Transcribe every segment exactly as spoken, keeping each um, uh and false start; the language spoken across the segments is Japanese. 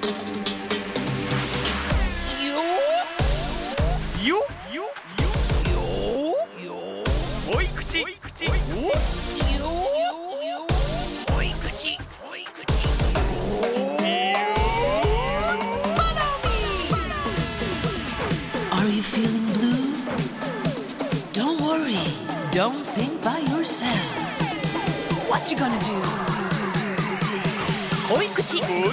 よよよ濃い口濃い口濃い口濃い口 Are you feeling blue? Don't worry, don't think by yourself. What you gonna do? 濃い口 Follow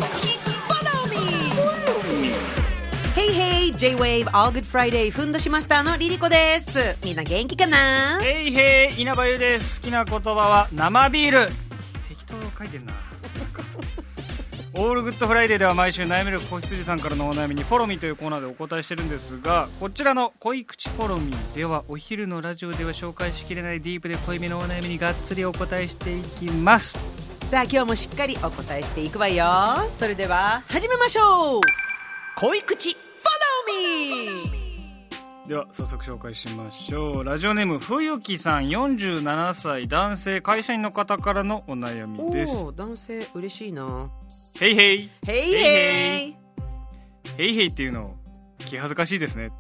me. Hey hey, J-Wave All Good Friday ふんどしマスターのリリコです。みんな元気かな？ へいへい、稲葉優です。好きな言葉は生ビール。適当書いてんな。オールグッドフライデーでは毎週悩める子羊さんからのお悩みにフォロミーというコーナーでお答えしてるんですが、こちらの濃い口フォロミーではお昼のラジオでは紹介しきれないディープで濃いめのお悩みにがっつりお答えしていきます。 さあ今日もしっかりお答えしていくわよ。それでは始めましょう。濃い口フォロミー。 では早速紹介しましょう。ラジオネーム冬木さん、よんじゅうななさい男性会社員の方からのお悩みです。 おー、男性嬉しいな。 へいへいへいへいへいへいっていうの気恥ずかしいですね。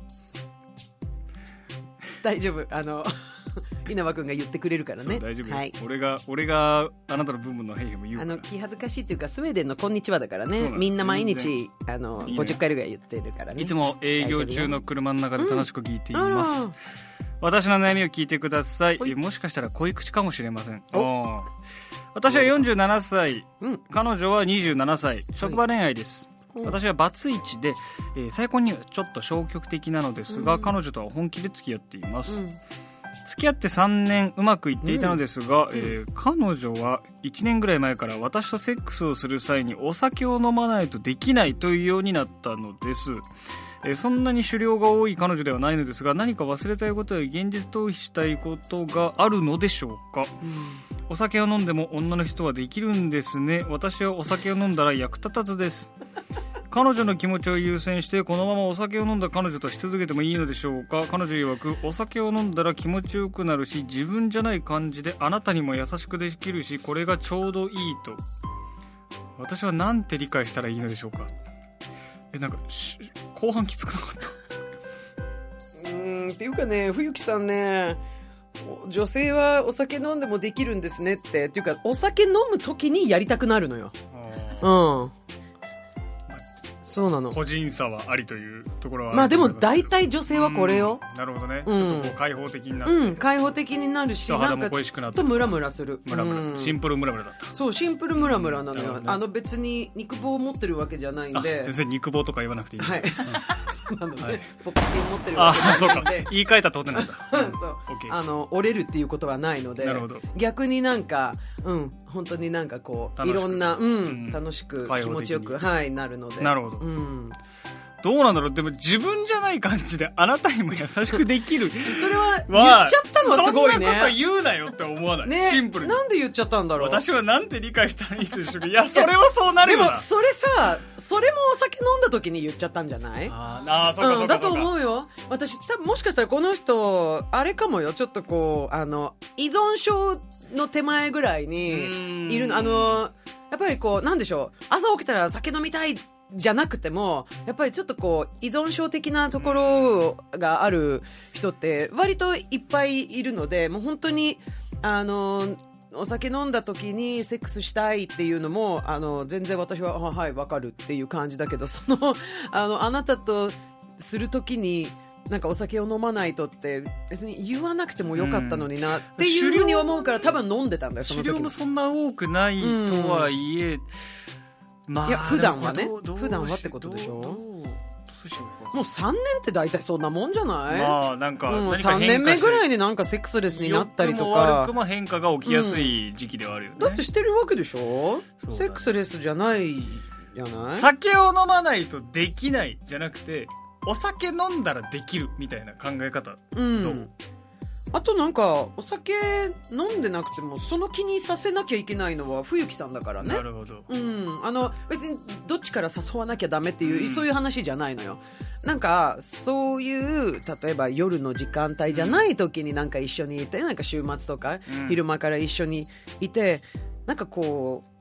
大丈夫、あの稲葉くんが言ってくれるからね。 大丈夫、 はい、 俺が俺があなたの部分のへいへいも言うから。 あの気恥ずかしいっていうかスウェーデンのこんにちはだからね。みんな毎日あのいいね、 ごじゅっかいぐらい言ってるからね。 いつも営業中の車の中で楽しく聞いています、うん、私の悩みを聞いてください。えもしかしたら濃い口かもしれません。お私はよんじゅうななさい、うん、彼女はにじゅうななさい、職場恋愛です、はい、私はバツイチで、えー、再婚にはちょっと消極的なのですが、うん、彼女とは本気で付き合っています、うん、付き合ってさんねんうまくいっていたのですが、うんえー、彼女はいちねんぐらい前から私とセックスをする際にお酒を飲まないとできないというようになったのです。えー、そんなに酒量が多い彼女ではないのですが、何か忘れたいことや現実逃避したいことがあるのでしょうか、うん、お酒を飲んでも女の人はできるんですね。私はお酒を飲んだら役立たずです彼女の気持ちを優先してこのままお酒を飲んだ彼女とし続けてもいいのでしょうか。彼女曰くお酒を飲んだら気持ちよくなるし、自分じゃない感じであなたにも優しくできるし、これがちょうどいいと。私はなんて理解したらいいのでしょうか。えなんか後半きつくなかったうーんっていうかね、冬木さんね、女性はお酒飲んでもできるんですねってっていうか、お酒飲む時にやりたくなるのよ。うんそうなの。 個人差はありというところはある。 まあでも大体女性はこれよ。 なるほどね、 うん、 ちょっとこう開放的になって、 うん、開放的になるし、なんかちょっとムラムラする。 ムラムラする、うん、シンプルムラムラだった。 そうシンプルムラムラなのよ、ね、あの別に肉棒を持ってるわけじゃないんで。 先生肉棒とか言わなくていいですよ、はいそうなのね、はい、ポッケン持ってるわけじゃないんで。あそうか言い換えたとてなんだそうあの折れるっていうことはないので。なるほど。逆になんかうん本当になんかこういろんな、うんうん、楽しく気持ちよく、はい、なるので。 なるほど、 うんどうなんだろう。でも自分じゃない感じであなたにも優しくできるそれは言っちゃったのはすごいね。 そんなこと言うなよって思わない、ね、シンプルに。 なんで言っちゃったんだろう。 私はなんて理解したらいいでしょうか。いやそれはそうなるよな。 でもそれさ、それもお酒飲んだ時に言っちゃったんじゃない？ ああそうかそうかそうか、うん、 だと思うよ。私多分もしかしたらこの人あれかもよ、ちょっとこうあの依存症の手前ぐらいにいるの。あのやっぱりこうなんでしょう、朝起きたら酒飲みたいじゃなくてもやっぱりちょっとこう依存症的なところがある人って割といっぱいいるので、もう本当にあのお酒飲んだ時にセックスしたいっていうのもあの全然私ははいわかるっていう感じだけど、その あのあなたとする時になんかお酒を飲まないとって別に言わなくてもよかったのになっていうふうに思うから、多分飲んでたんだよその時。 酒量もそんな多くないとはいえ、うんまあ、 いや普段はね、普段はってことでしょ。もうさんねんって大体そんなもんじゃない？ まあなんか、 うん、さんねんめぐらいになんかセックスレスになったりとか、 良くも悪くも変化が起きやすい時期ではあるよね、 うん、だってしてるわけでしょ、ね、セックスレスじゃないじゃない。 酒を飲まないとできないじゃなくてお酒飲んだらできるみたいな考え方、うん、 あとなんかお酒飲んでなくてもその気にさせなきゃいけないのは冬木さんだからね。 なるほど、 うん、あの別にどっちから誘わなきゃダメっていう、うん、そういう話じゃないのよ。なんかそういう例えば夜の時間帯じゃない時になんか一緒にいて、なんか週末とか、うん、昼間から一緒にいてなんかこう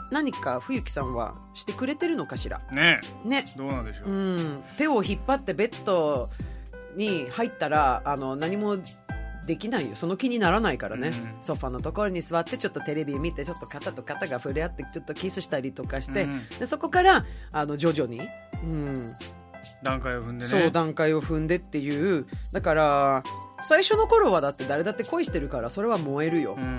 何か冬木さんはしてくれてるのかしらね。 ね、 どうなんでしょう、 うん、手を引っ張ってベッドに入ったらあの何もできないよ、その気にならないからね、うん、ソファのところに座ってちょっとテレビ見てちょっと肩と肩が触れ合ってちょっとキスしたりとかして、うん、でそこからあの徐々に、うん、 段階を踏んでね、 そう段階を踏んでっていう、だから最初の頃はだって誰だって恋してるからそれは燃えるよ、うんうん、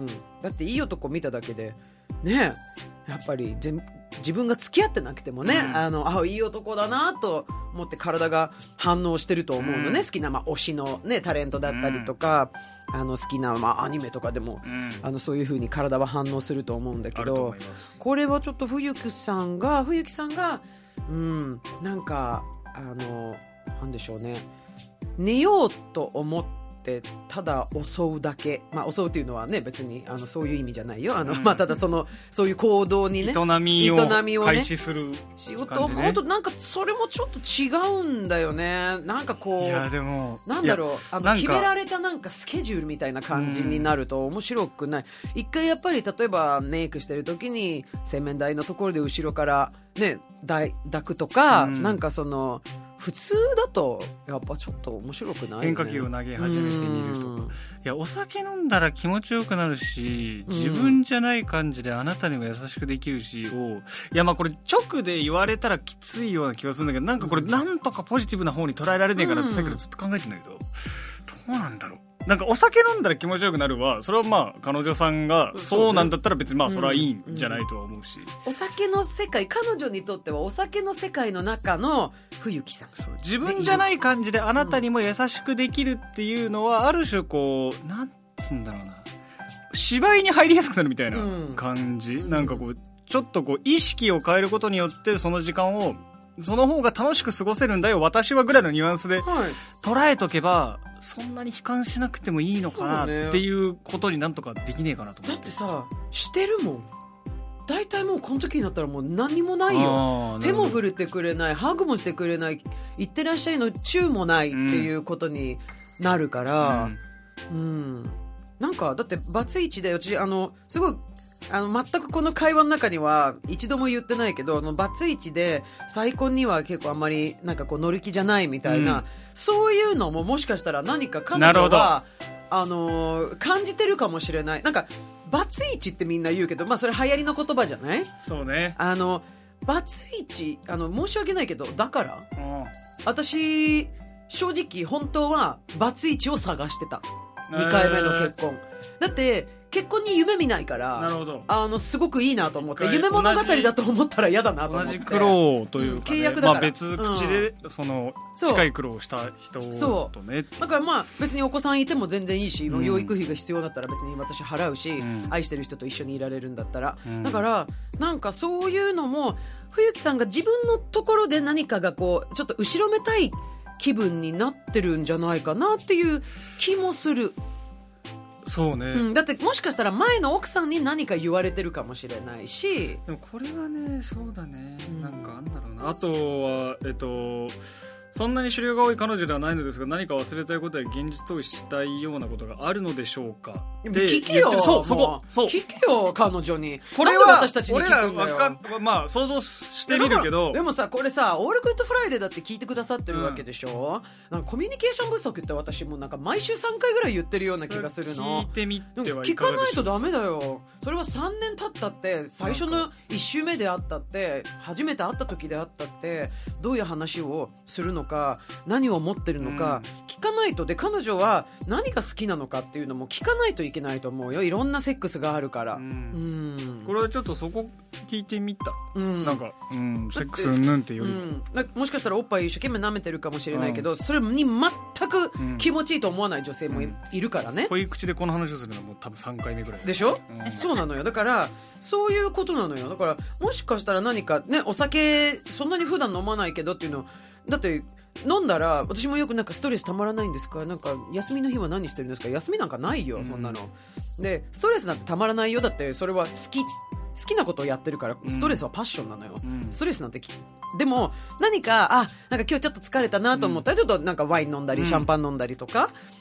だっていい男見ただけでね、やっぱり自分が付き合ってなくてもね、うん、あのあいい男だなと思って体が反応してると思うのね、うん、好きな、まあ、推しの、ね、タレントだったりとか、うん、あの好きな、まあ、アニメとかでも、うん、あのそういう風に体は反応すると思うんだけど、これはちょっと冬木さんが冬木さんが、うん、なんかあのなんでしょうね、寝ようと思ってただ襲うだけ、まあ、襲うというのはね別にあのそういう意味じゃないよ、あの、うん、まあ、ただそのそういう行動にね営みを開始する感じ、ね、 仕事を思うとなんかそれもちょっと違うんだよね、なんかこういやでもなんだろう、あの決められたなんかスケジュールみたいな感じになると面白くない、うん、一回やっぱり例えばメイクしてる時に洗面台のところで後ろからね抱くとか、うん、なんかその普通だとやっぱちょっと面白くないよね、 変化球を投げ始めてみるとか、いやお酒飲んだら気持ちよくなるし自分じゃない感じであなたにも優しくできるし、をいやまあこれ直で言われたらきついような気がするんだけど、なんかこれなんとかポジティブな方に捉えられねえかなってさっきからずっと考えてるんだけど、どうなんだろう、なんかお酒飲んだら気持ちよくなるはそれはまあ彼女さんがそうなんだったら別にまあそれはいいんじゃないとは思うし、 うんうん、お酒の世界、彼女にとってはお酒の世界の中の冬木さん、 そう自分じゃない感じであなたにも優しくできるっていうのはある種こうなんつうんだろうな、芝居に入りやすくなるみたいな感じ、うん、なんかこうちょっとこう意識を変えることによってその時間をその方が楽しく過ごせるんだよ私はぐらいのニュアンスで捉えとけば、はい、そんなに悲観しなくてもいいのかなっていうことになんとかできねえかなと思って。 だってさしてるもん、大体もうこの時になったらもう何もないよ、手も触れてくれない、ハグもしてくれない、行ってらっしゃいのチューもないっていうことになるから、うん、うん、なんかだってバツイチで私あのすごいあの全くこの会話の中には一度も言ってないけど、あのバツイチで再婚には結構あんまりなんかこう乗り気じゃないみたいな、うん、そういうのももしかしたら何か彼女はあのー、感じてるかもしれない。なんかバツイチってみんな言うけど、まあそれ流行りの言葉じゃない？ そうね。 あのバツイチ、あの申し訳ないけどだから、うん、私正直本当はバツイチを探してた。にかいめの結婚、えー、だって結婚に夢見ないから、 なるほど、 あのすごくいいなと思って、夢物語だと思ったら嫌だなと思って、 同じ苦労というか、ね、 うん、契約だから、 まあ、別口で、うん、その近い苦労をした人とね、 だからまあ別にお子さんいても全然いいし、うん、養育費が必要だったら別に私払うし、うん、愛してる人と一緒にいられるんだったら、うん、だからなんかそういうのも冬木さんが自分のところで何かがこうちょっと後ろめたい気分になってるんじゃないかなっていう気もする。 そうね、 うん、だってもしかしたら前の奥さんに何か言われてるかもしれないし、 でもこれはねそうだね、うん、なんかあんだろうな、あとはえっとそんなに狩猟が多い彼女ではないのですが、何か忘れたいことや現実逃避したいようなことがあるのでしょうか。 聞けよ、 そうそこそう聞けよ彼女に。 これは私たちに聞くんだよ。 俺らわかまあ想像してみるけど、 でもさこれさオールグッドフライデーだって聞いてくださってるわけでしょ、うん、なんかコミュニケーション不足って私もなんか毎週さんかいぐらい言ってるような気がするの。 聞いてみてはいかがでしょう。 聞かないとダメだよ。それはさんねん経ったって最初のいっ週目であったって初めて会った時であったってどういう話をするのか何を思ってるのか聞かないと。で彼女は何が好きなのかっていうのも聞かないといけないと思うよ。いろんなセックスがあるから、うん、うん、 これはちょっとそこ聞いてみた、うん、なんか、うん、セックスうんぬんってより、 うん、もしかしたらおっぱい一生懸命舐めてるかもしれないけど、うん、それに全く気持ちいいと思わない女性も い,、うん、いるからね。 濃い口でこの話をするのはもう多分さんかいめぐらいでしょ、うん、そうなのよ。だからそういうことなのよ。だからもしかしたら何かね、お酒そんなに普段飲まないけどっていうのだって飲んだら私もよくなんかストレスたまらないんですか、なんか休みの日は何してるんですか、休みなんかないよそんなの、うん、でストレスなんてたまらないよ。だってそれは好き好きなことをやってるから、ストレスはパッションなのよ、うん、ストレスなんてでも何かあなんか今日ちょっと疲れたなと思ったら、ちょっとなんかワイン飲んだりシャンパン飲んだりとか、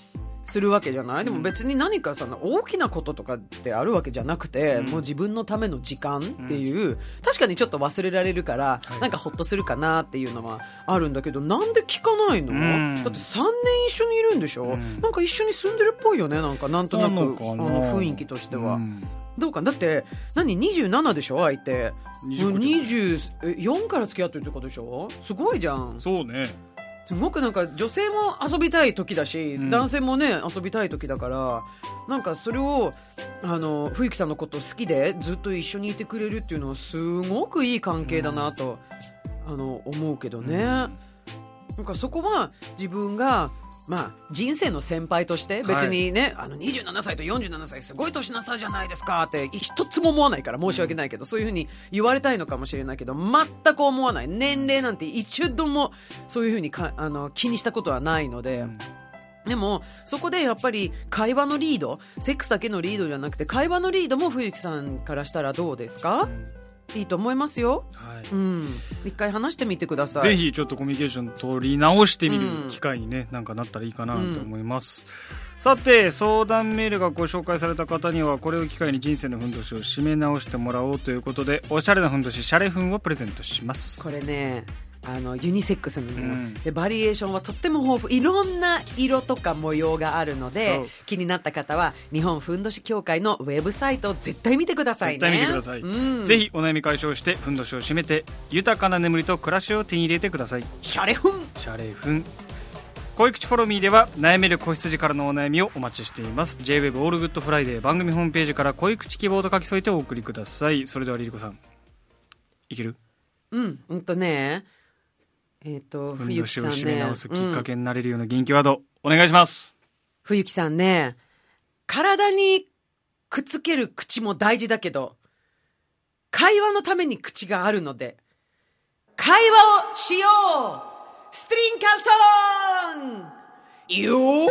するわけじゃない。でも別に何かその大きなこととかってあるわけじゃなくて、うん、もう自分のための時間っていう、うん、確かにちょっと忘れられるから、はい、なんかほっとするかなっていうのはあるんだけど、なんで聞かないの、うん、だってさんねん一緒にいるんでしょ、うん、なんか一緒に住んでるっぽいよね、なんかなんとなくあの雰囲気としては、うん、どうか。だって何にじゅうななでしょ相手。にじゅうよんから付き合ってるってことでしょ。すごいじゃん。 そうね。 すごくなんか女性も遊びたい時だし、うん、男性もね遊びたい時だから、なんかそれをあの冬木さんのこと好きでずっと一緒にいてくれるっていうのはすごくいい関係だなと、うん、あの思うけどね、うん、なんかそこは自分がまあ人生の先輩として別にね、はい、あのにじゅうななさいとよんじゅうななさいすごい年の差じゃないですかって一つも思わないから申し訳ないけど、うん、そういうふうに言われたいのかもしれないけど全く思わない。年齢なんて一度もそういうふうにかあの気にしたことはないので、うん、でもそこでやっぱり会話のリード、セックスだけのリードじゃなくて会話のリードも冬木さんからしたらどうですか、うん、いいと思いますよ、はい、うん、一回話してみてください。 ぜひちょっとコミュニケーション取り直してみる機会に、ね、うん、なんかなったらいいかなと思います、うん、さて相談メールがご紹介された方にはこれを機会に人生のふんどしを締め直してもらおうということで、おしゃれなふんどしシャレふんをプレゼントします。 これねあのユニセックスの、うん、でバリエーションはとっても豊富、いろんな色とか模様があるので気になった方は日本ふんどし協会のウェブサイトを絶対見てくださいね。 絶対見てください、うん、ぜひお悩み解消してふんどしを締めて豊かな眠りと暮らしを手に入れてください。 シャレふんシャレふん。恋口フォロミーでは悩める子羊からのお悩みをお待ちしています。 ジェイウェブ オールグッドフライデー番組ホームページから恋口希望と書き添えてお送りください。それではリリコさんいける？ うんうんとねえー、とふんどしを締め直すきっかけになれるような元気ワード、うん、お願いします。 冬木さんね、体にくっつける口も大事だけど会話のために口があるので会話をしよう。ストリンカルソンよー、うん、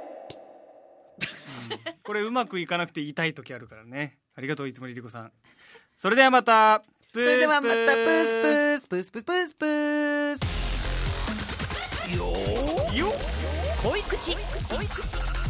これうまくいかなくて言いたい時あるからね。ありがとういつもりりこさん。それではまたそれではまたプースプースプースプースプースよーよ恋口恋口